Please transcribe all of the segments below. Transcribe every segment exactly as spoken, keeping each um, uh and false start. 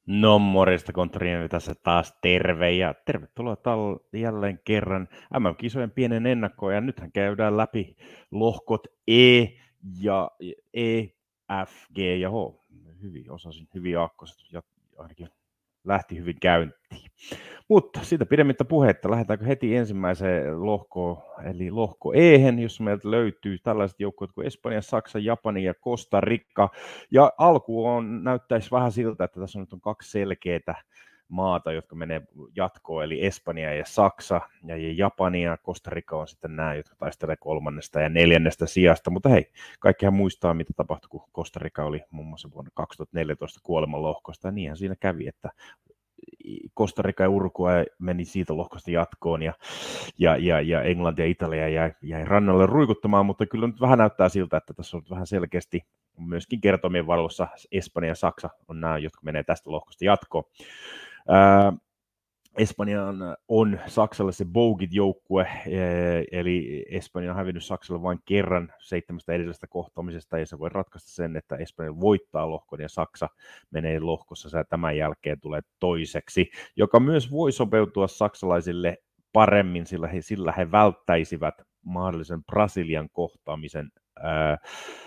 No morjesta konttoriini tässä taas terve ja tervetuloa tal- jälleen kerran M M-kisojen pienen ennakkoon ja nythän käydään läpi lohkot E ja E, F, G ja H. Hyvin osasin, hyvin aakkoset ja ainakin lähti hyvin käyntiin. Mutta siitä pidemmittä puhetta, lähdetäänkö heti ensimmäiseen lohkoon, eli lohko E:hen, jossa meiltä löytyy tällaiset joukkueet kuin Espanja, Saksa, Japani ja Costa Rica. Ja alku on, näyttäisi vähän siltä, että tässä on nyt on kaksi selkeää maata, jotka menee jatkoon, eli Espanja ja Saksa, ja Japani ja Costa Rica on sitten nämä, jotka taistelee kolmannesta ja neljännestä sijasta. Mutta hei, kaikkihan muistaa, mitä tapahtui, kun Costa Rica oli muun muassa vuonna kaksituhattaneljätoista kuoleman lohkosta, ja niinhän siinä kävi, että Costa Rica ja Uruguay meni siitä lohkosta jatkoon ja, ja, ja, ja Englanti ja Italia jäi, jäi rannalle ruikuttamaan, mutta kyllä nyt vähän näyttää siltä, että tässä on vähän selkeästi myöskin kertomien valossa Espanja ja Saksa on nämä, jotka menee tästä lohkosta jatkoon. Ää, Espanjan on Saksalle se bogey-joukkue, eli Espanja on hävinnyt Saksalle vain kerran seitsemästä edellisestä kohtaamisesta, ja se voi ratkaista sen, että Espanja voittaa lohkon ja Saksa menee lohkossa, ja tämän jälkeen tulee toiseksi, joka myös voi sopeutua saksalaisille paremmin, sillä he, sillä he välttäisivät mahdollisen Brasilian kohtaamisen ää,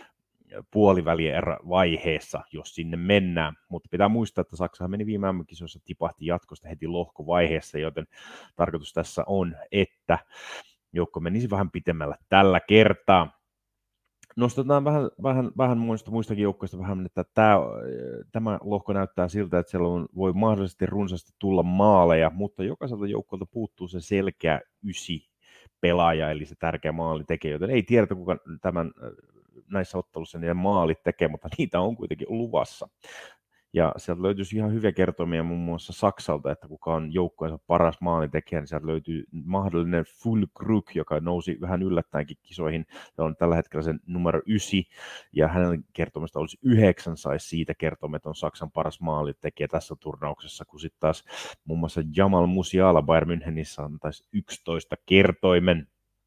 puolivälivaiheessa, jos sinne mennään. Mutta pitää muistaa, että Saksahan meni viime M M-kisoissa, tipahti jatkosta heti lohkovaiheessa, joten tarkoitus tässä on, että joukko menisi vähän pitemmällä tällä kertaa. Nostetaan vähän, vähän, vähän muista, muistakin joukkoista vähän, että tämä, tämä lohko näyttää siltä, että siellä on, voi mahdollisesti runsaasti tulla maaleja, mutta jokaiselta joukkolta puuttuu se selkeä ysi pelaaja, eli se tärkeä maalintekijä, joten ei tiedetä, kuka tämän näissä ottelussa niiden maalit tekee, mutta niitä on kuitenkin luvassa. Ja sieltä löytyisi ihan hyviä kertomia muun muassa Saksalta, että kuka on joukkueensa paras maalintekijä, niin sieltä löytyy mahdollinen Füllkrug, joka nousi vähän yllättäenkin kisoihin. Se on tällä hetkellä sen numero ysi, ja hänen kertomasta olisi yhdeksän, saisi siitä kertometon Saksan paras maalintekijä tässä turnauksessa, kun sitten taas muun muassa Jamal Musiala Bayern Münchenissä antaisi yksitoista kertoimen.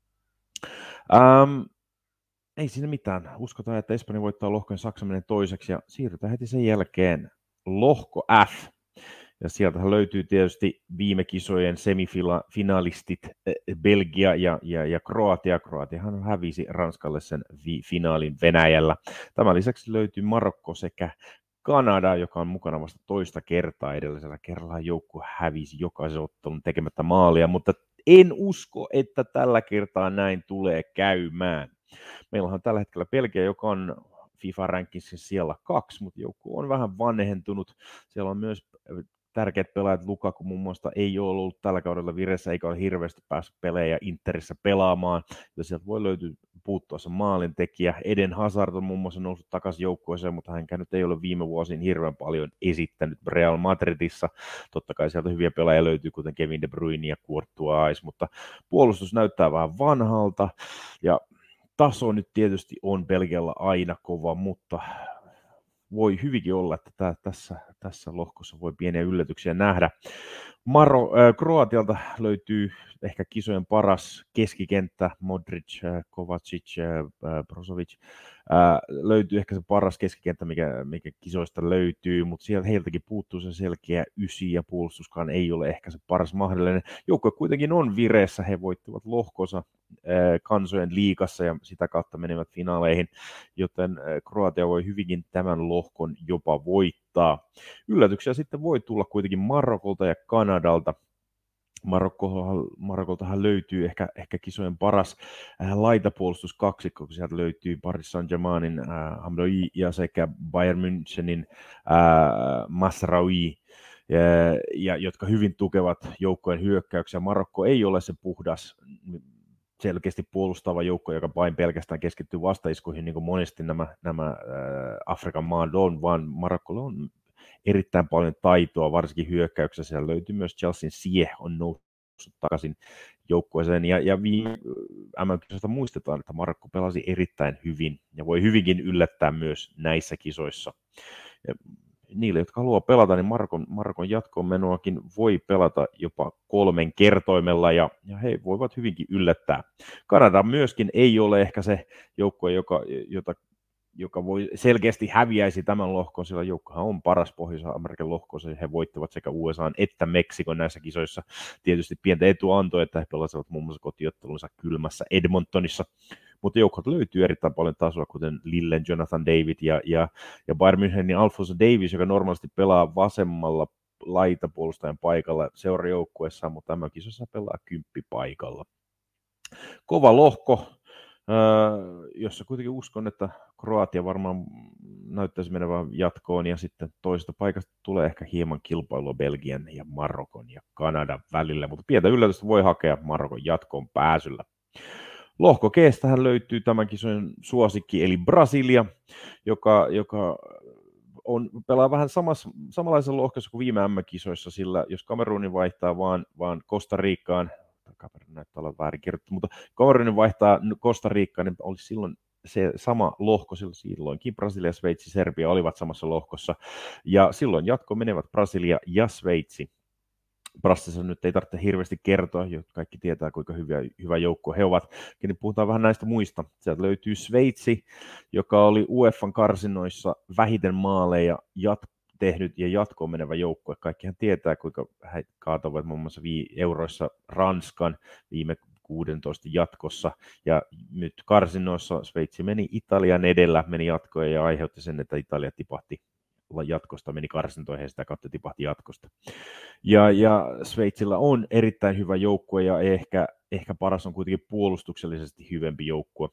Ähm, Ei siinä mitään. Uskotaan, että Espanja voittaa lohkon, Saksa menee toiseksi ja siirrytään heti sen jälkeen lohko F. Ja sieltähän löytyy tietysti viime kisojen semifinalistit Belgia ja, ja, ja Kroatia. Kroatiahan hävisi Ranskalle sen vi- finaalin Venäjällä. Tämän lisäksi löytyy Marokko sekä Kanada, joka on mukana vasta toista kertaa. Edellisellä kerralla joukkue hävisi jokaisen ottelun tekemättä maalia, mutta en usko, että tällä kertaa näin tulee käymään. Meillä on tällä hetkellä Belgia, joka on FIFA-rankingissa siellä kaksi, mutta joukko on vähän vanhentunut. Siellä on myös tärkeät pelaajat, Lukaku muun muassa ei ole ollut tällä kaudella vireessä, eikä ole hirveästi päässyt pelejä Interissä pelaamaan, ja sieltä voi löytyä puuttua se maalintekijä. Eden Hazard on muun muassa noussut takaisin joukkueeseen, mutta hän nyt ei ole viime vuosiin hirveän paljon esittänyt Real Madridissa. Totta kai sieltä hyviä pelaajia löytyy, kuten Kevin De Bruyne ja Courtois, mutta puolustus näyttää vähän vanhalta, ja taso nyt tietysti on Belgialla aina kova, mutta voi hyvinkin olla, että tää, tässä, tässä lohkossa voi pieniä yllätyksiä nähdä. Maro, äh, Kroatialta löytyy ehkä kisojen paras keskikenttä, Modric, äh, Kovacic, äh, Brozovic. Äh, löytyy ehkä se paras keskikenttä, mikä, mikä kisoista löytyy, mutta sieltä heiltäkin puuttuu se selkeä ysi ja puolustuskaan ei ole ehkä se paras mahdollinen. Joukkue kuitenkin on vireessä, he voittivat lohkonsa äh, kansojen liigassa ja sitä kautta menevät finaaleihin, joten äh, Kroatia voi hyvinkin tämän lohkon jopa voittaa. Yllätyksiä sitten voi tulla kuitenkin Marokolta ja Kanadalta. Marokoltahan löytyy ehkä, ehkä kisojen paras äh, laitapuolustuskaksikko, kun sieltä löytyy Paris Saint-Germainin äh, Hamdoui ja sekä Bayern Münchenin äh, Masraoui, ja, ja, jotka hyvin tukevat joukkojen hyökkäyksiä. Marokko ei ole se puhdas, selkeästi puolustava joukko, joka vain pelkästään keskittyy vastaiskuihin, niin kuin monesti nämä, nämä äh, Afrikan maat on, vaan Marokkolla on erittäin paljon taitoa, varsinkin hyökkäyksessä. Siellä löytyy myös Chelsean Sie on noussut takaisin joukkueeseen. Ja, ja viime M M-kisoista muistetaan, että Marokko pelasi erittäin hyvin ja voi hyvinkin yllättää myös näissä kisoissa. Ja niille, jotka haluaa pelata, niin Marokon, Marokon jatkoon menoakin voi pelata jopa kolmen kertoimella ja, ja he voivat hyvinkin yllättää. Kanada myöskin ei ole ehkä se joukkue, joka, jota joka voi selkeästi häviäisi tämän lohkon, sillä joukkohan on paras Pohjois-Amerikan lohkossa, he voittivat sekä U S A että Meksikon näissä kisoissa. Tietysti pientä etua antoi, että he pelasivat muun muassa kotiottelunsa kylmässä Edmontonissa, mutta joukkoilta löytyy erittäin paljon tasoa, kuten Lillen, Jonathan David ja, ja, ja Bayern Münchenin Alphonso Davies, joka normaalisti pelaa vasemmalla laitapuolustajan paikalla seurajoukkueessa, mutta tämä kisossa pelaa kymppipaikalla. Kova lohko, jossa kuitenkin uskon, että Kroatia varmaan näyttäisi menevän jatkoon, ja sitten toisesta paikasta tulee ehkä hieman kilpailua Belgian ja Marokon ja Kanadan välillä, mutta pientä yllätystä voi hakea Marokon jatkoon pääsyllä. Lohko G:stähän löytyy tämän kisojen suosikki, eli Brasilia, joka, joka on, pelaa vähän samassa, samanlaisessa lohkossa kuin viime M M-kisoissa, sillä jos Kamerunin vaihtaa vaan, vaan Costa Ricaan, Kamerun näyttää olla väärin kirjoittu, mutta Kamerunin vaihtaa Costa Ricaan, niin olisi silloin se sama lohko, silloinkin Brasilia, Sveitsi, Serbia olivat samassa lohkossa, ja silloin jatko menevät Brasilia ja Sveitsi. Brassissa nyt ei tarvitse hirveästi kertoa, jo kaikki tietää, kuinka hyvä, hyvä joukko he ovat. Niin puhutaan vähän näistä muista. Sieltä löytyy Sveitsi, joka oli UEFan karsinoissa vähiten maaleja jat- tehnyt ja jatkoon menevä joukkue. Kaikkihan tietää, kuinka he kaatoivat muun muassa vii- euroissa Ranskan viime kuusitoista jatkossa. Ja nyt karsinoissa Sveitsi meni Italian edellä, meni jatkoon ja aiheutti sen, että Italia tipahti jatkosta, meni karsintoihin ja sitä kautta tipahti jatkosta. Ja, ja Sveitsillä on erittäin hyvä joukkue ja ehkä, ehkä paras on kuitenkin puolustuksellisesti hyvempi joukkue.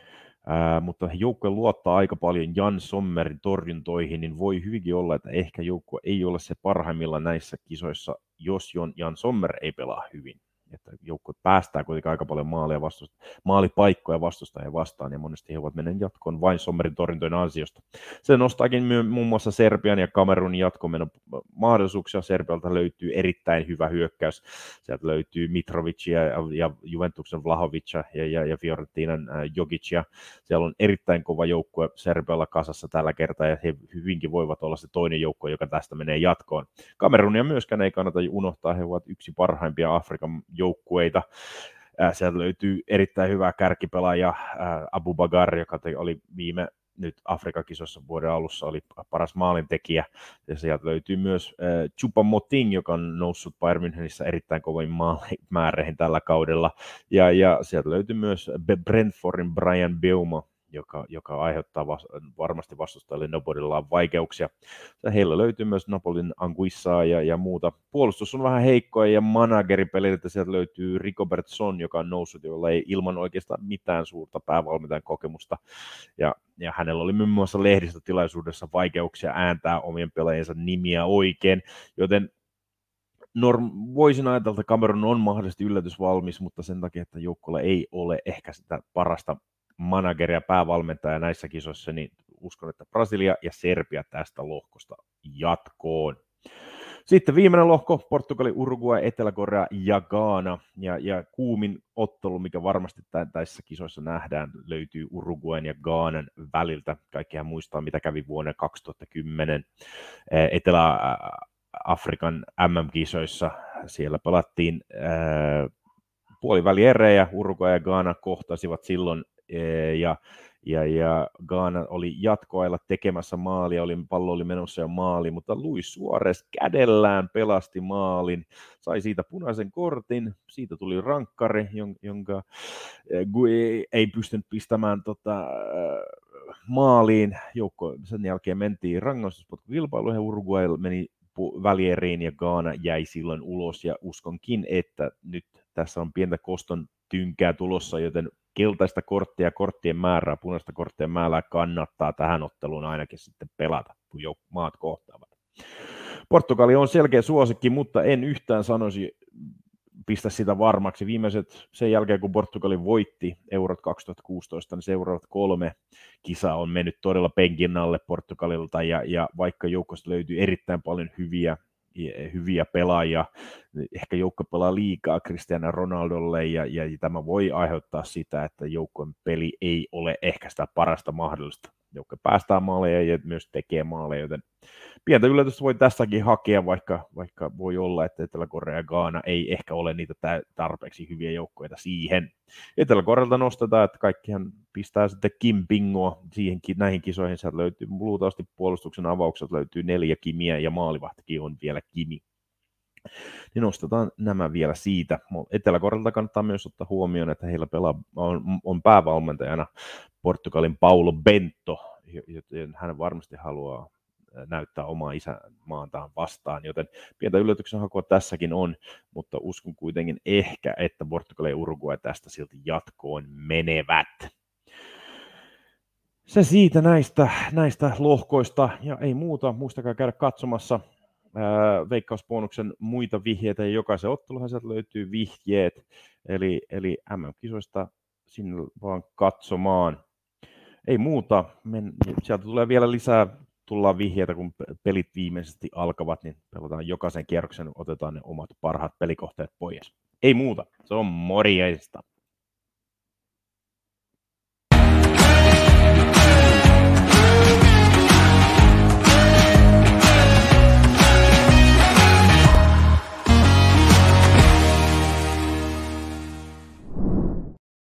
Ää, mutta joukkue luottaa aika paljon Jan Sommerin torjuntoihin, niin voi hyvinkin olla, että ehkä joukkue ei ole se parhaimmillaan näissä kisoissa, jos Jan Sommer ei pelaa hyvin. Että joukkue päästää kuitenkin aika paljon maaleja vastusta, maalipaikkoja vastustajia vastaan, ja monesti he ovat menneet jatkoon vain Sommerin torjuntojen ansiosta. Se nostaakin muun muassa Serbian ja Kamerunin jatkomenon mahdollisuuksia. Serbialta löytyy erittäin hyvä hyökkäys. Sieltä löytyy Mitrovicia ja, ja Juventuksen Vlahovicia ja, ja, ja Fiorentinan äh, Jogicia. Siellä on erittäin kova joukkue Serbialla kasassa tällä kertaa, ja he hyvinkin voivat olla se toinen joukkue, joka tästä menee jatkoon. Kamerunia myöskään ei kannata unohtaa, he ovat yksi parhaimpia Afrikan joukkueita. Sieltä löytyy erittäin hyvä kärkipelaaja Abu Bakar, joka oli viime nyt Afrikan kisossa vuoden alussa oli paras maalintekijä. Ja sieltä löytyy myös Choupo-Moting, joka on noussut Bayern Münchenissä erittäin koviin maalimääreihin tällä kaudella. Ja, ja sieltä löytyy myös Brentfordin Brian Beuma, joka, joka aiheuttaa vas- varmasti vastustajille Napolillaan vaikeuksia. Ja heillä löytyy myös Napolin Anguissaa ja, ja muuta. Puolustus on vähän heikkoa ja manageripeliltä sieltä löytyy Rigobert Son, joka on noussut, jolla ei ilman oikeastaan mitään suurta päävalmentajan kokemusta. Ja, ja hänellä oli muun muassa lehdistötilaisuudessa vaikeuksia ääntää omien pelaajien nimiä oikein, joten Norm, voisin ajatella, että Kamerun on mahdollisesti yllätysvalmis, mutta sen takia, että joukkolla ei ole ehkä sitä parasta manageria, päävalmentaja näissä kisoissa, niin uskon, että Brasilia ja Serbia tästä lohkosta jatkoon. Sitten viimeinen lohko, Portugali, Uruguay, Etelä-Korea ja Ghana. Ja, ja kuumin ottelu, mikä varmasti tässä kisoissa nähdään, löytyy Uruguayn ja Ghanan väliltä. Kaikkihan muistaa, mitä kävi vuonna kaksituhattakymmenen Etelä-Afrikan M M-kisoissa. Siellä pelattiin ää, puolivälierejä, Uruguay ja Ghana kohtasivat silloin, ja, ja, ja Ghana oli jatkoajalla tekemässä maalia, oli, pallo oli menossa jo maaliin, mutta Luis Suarez kädellään pelasti maalin, sai siitä punaisen kortin, siitä tuli rankkari, jonka Gue ei pystynyt pistämään tota, maaliin, joukko sen jälkeen mentiin rangaistuspotkukilpailuun ja Uruguay meni välieriin ja Ghana jäi silloin ulos, ja uskonkin, että nyt tässä on pientä koston tynkää tulossa, joten keltaista korttia, korttien määrää, punaista korttien määrää kannattaa tähän otteluun ainakin sitten pelata, kun jo maat kohtaavat. Portugali on selkeä suosikki, mutta en yhtään sanoisi pistä sitä varmaksi. Viimeiset, sen jälkeen kun Portugali voitti Eurot kaksituhattakuusitoista, niin seuraavat kolme kisaa on mennyt todella penkin alle Portugalilta, ja, ja vaikka joukosta löytyy erittäin paljon hyviä, hyviä pelaajia, ehkä joukko pelaa liikaa Cristiano Ronaldolle, ja, ja tämä voi aiheuttaa sitä, että joukkojen peli ei ole ehkä sitä parasta mahdollista. Joukko päästää maaleja ja myös tekee maaleja, joten pientä yllätystä voi tässäkin hakea, vaikka, vaikka voi olla, että Etelä-Korea ja Ghana ei ehkä ole niitä tarpeeksi hyviä joukkoja siihen. Etelä-Korealta nostetaan, että kaikkihan pistää sitten Kim Pingoa siihen, näihin kisoihin. Sieltä löytyy luultavasti puolustuksen avaukset löytyy neljä Kimiä ja maalivahtikin on vielä Kimi. Niin nostetaan nämä vielä siitä. Etelä-Korealta kannattaa myös ottaa huomioon, että heillä pelaa, on, on päävalmentajana Portugalin Paulo Bento, joten hän varmasti haluaa näyttää omaa isänmaantaan vastaan, joten pientä yllätyksen hakua tässäkin on, mutta uskon kuitenkin ehkä, että Portugali ja Uruguay tästä silti jatkoon menevät. Se siitä näistä, näistä lohkoista, ja ei muuta, muistakaa käydä katsomassa ää, Veikkausbonuksen muita vihjeitä, ja jokaisen otteluhan sieltä löytyy vihjeet, eli, eli M M-kisoista sinne vaan katsomaan. Ei muuta, men, sieltä tulee vielä lisää, tullaan vihjeitä, kun pelit viimeisesti alkavat, niin pelataan jokaisen kierroksen, otetaan ne omat parhaat pelikohteet pois. Ei muuta, se on morjesta.